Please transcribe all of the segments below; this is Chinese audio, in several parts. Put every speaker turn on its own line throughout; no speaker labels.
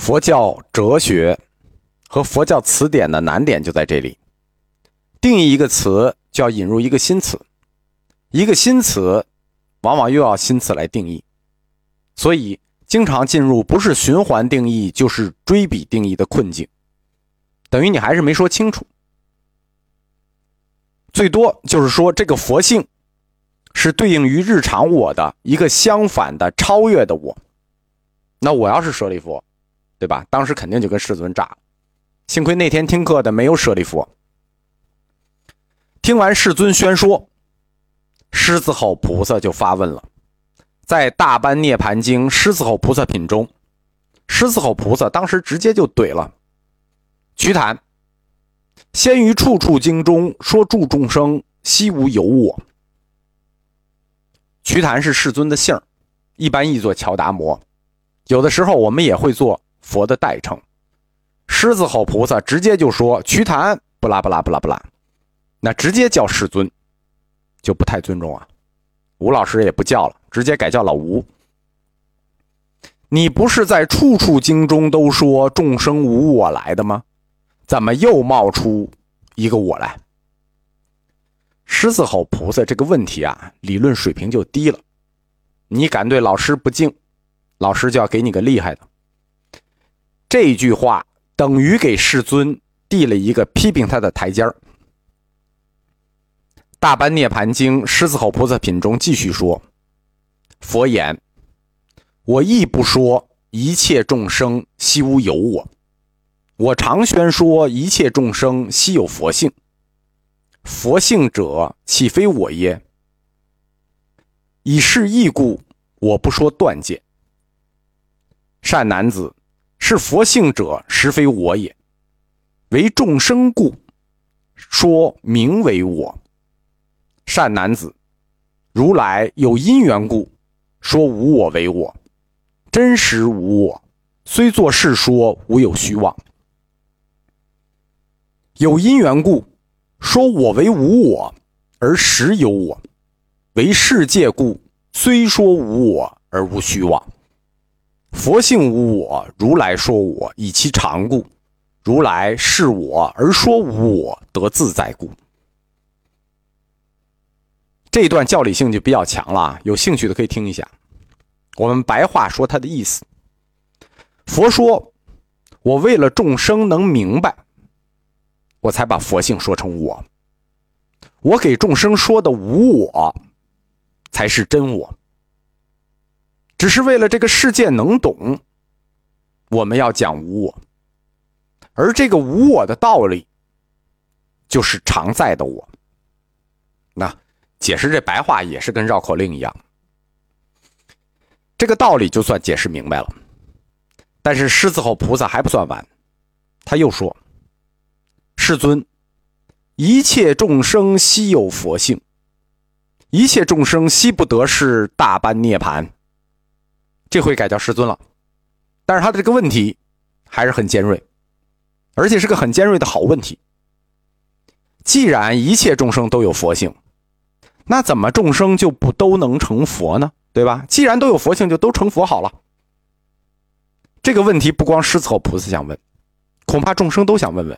佛教哲学和佛教词典的难点就在这里。定义一个词就要引入一个新词，一个新词往往又要新词来定义，所以经常进入不是循环定义就是追比定义的困境，等于你还是没说清楚。最多就是说这个佛性是对应于日常我的一个相反的超越的我。那我要是舍利佛，对吧？当时肯定就跟世尊炸了。幸亏那天听课的没有舍利佛。听完世尊宣说，狮子吼菩萨就发问了。在《大般涅盘经·狮子吼菩萨品》中，狮子吼菩萨当时直接就怼了：瞿昙，先于处处经中说诸众生悉无有我。瞿昙是世尊的姓，一般译作乔达摩，有的时候我们也会做佛的代称。狮子吼菩萨直接就说瞿昙不拉不拉不拉不拉，那直接叫世尊就不太尊重啊。吴老师也不叫了，直接改叫老吴。你不是在处处经中都说众生无我来的吗？怎么又冒出一个我来？狮子吼菩萨这个问题啊，理论水平就低了。你敢对老师不敬，老师就要给你个厉害的。这句话等于给世尊递了一个批评他的台阶儿。大般涅盘经狮子吼菩萨品中继续说，佛言，我亦不说一切众生悉无有我，我常宣说一切众生悉有佛性，佛性者岂非我耶？以是义故，我不说断见。善男子，是佛性者实非我也，为众生故，说名为我。善男子，如来有因缘故，说无我为我，真实无我，虽作是说无有虚妄。有因缘故，说我为无我，而实有我，为世界故，虽说无我而无虚妄。佛性无我，如来说我以其常故，如来是我而说无我，得自在故。这一段教理性就比较强了，有兴趣的可以听一下。我们白话说它的意思。佛说，我为了众生能明白，我才把佛性说成我。我给众生说的无我，才是真我。只是为了这个世界能懂，我们要讲无我。而这个无我的道理，就是常在的我。那解释这白话也是跟绕口令一样，这个道理就算解释明白了。但是狮子吼菩萨还不算完，他又说，世尊，一切众生悉有佛性，一切众生悉不得是大般涅盘。这回改叫世尊了，但是他的这个问题还是很尖锐，而且是个很尖锐的好问题。既然一切众生都有佛性，那怎么众生就不都能成佛呢？对吧？既然都有佛性，就都成佛好了。这个问题不光狮子吼菩萨想问，恐怕众生都想问问。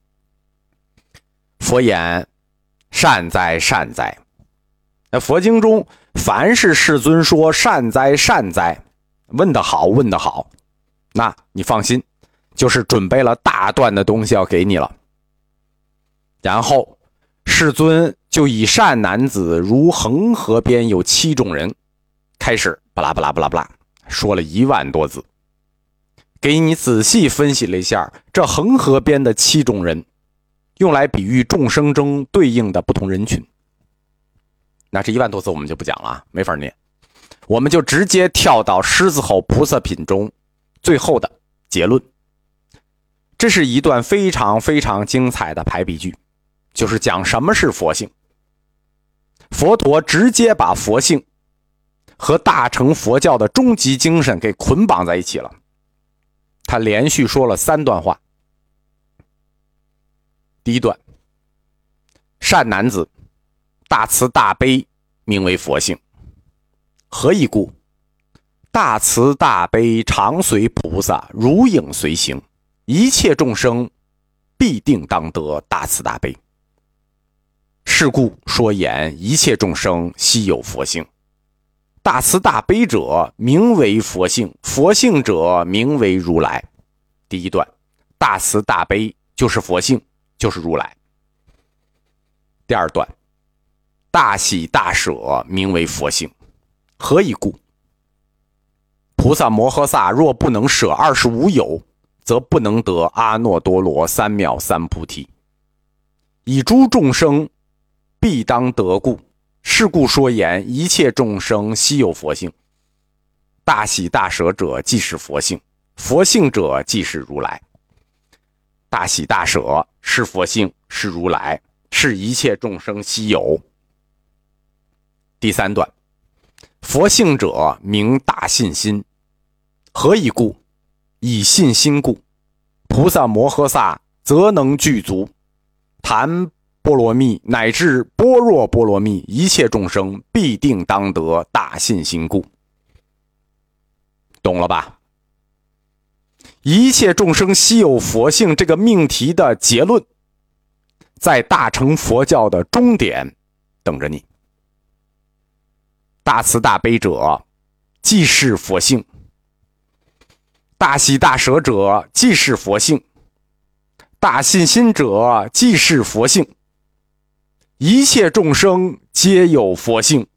佛言，善哉善哉。那佛经中凡是世尊说善哉善哉，问得好问得好，那你放心，就是准备了大段的东西要给你了。然后世尊就以善男子如恒河边有7种人开始巴拉巴拉巴拉巴拉说了1万多字，给你仔细分析了一下这恒河边的7种人，用来比喻众生中对应的不同人群。那这1万多字我们就不讲了，没法念，我们就直接跳到狮子吼菩萨品中最后的结论。这是一段非常非常精彩的排比句，就是讲什么是佛性。佛陀直接把佛性和大乘佛教的终极精神给捆绑在一起了。他连续说了3段话。第一段，善男子，大慈大悲名为佛性。何以故？ 大慈大悲常随菩萨，如影随形，一切众生必定当得大慈大悲。是故说言一切众生悉有佛性。大慈大悲者名为佛性，佛性者名为如来。第一段，大慈大悲就是佛性，就是如来。第二段，大喜大舍名为佛性。何以故？菩萨摩诃萨若不能舍25有，则不能得阿耨多罗三藐三菩提。以诸众生必当得故，是故说言一切众生悉有佛性。大喜大舍者即是佛性，佛性者即是如来。大喜大舍是佛性，是如来，是一切众生悉有。第三段，佛性者名大信心。何以故？以信心故，菩萨摩诃萨则能具足谈波罗蜜乃至般若波罗蜜，一切众生必定当得大信心故。懂了吧？一切众生悉有佛性这个命题的结论，在大乘佛教的终点等着你。大慈大悲者即是佛性，大喜大舍者即是佛性，大信心者即是佛性，一切众生皆有佛性。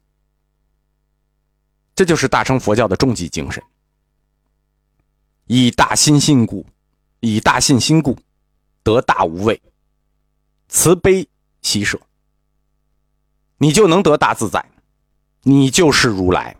这就是大乘佛教的终极精神。以大信心故，以大信心故，得大无畏，慈悲喜舍，你就能得大自在，你就是如来。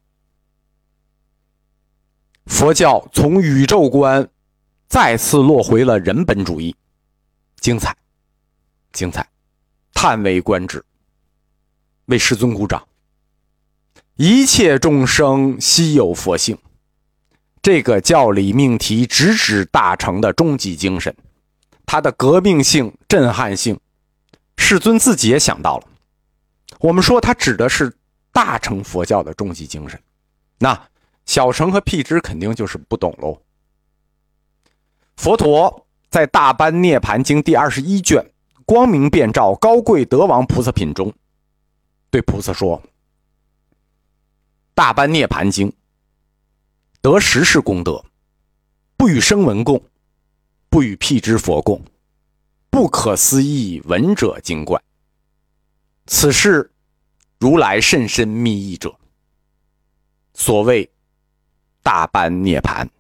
佛教从宇宙观再次落回了人本主义，精彩，精彩，叹为观止，为师尊鼓掌。一切众生悉有佛性，这个教理命题直指大乘的终极精神，它的革命性、震撼性，世尊自己也想到了。我们说它指的是大乘佛教的终极精神，那小乘和辟支肯定就是不懂喽。佛陀在《大般涅盘经》第21卷《光明遍照高贵德王菩萨品》中，对菩萨说：大般涅盘经得10世功德，不与声闻共，不与辟支佛共，不可思议闻者精怪，此是如来甚深密意者，所谓大般涅盘。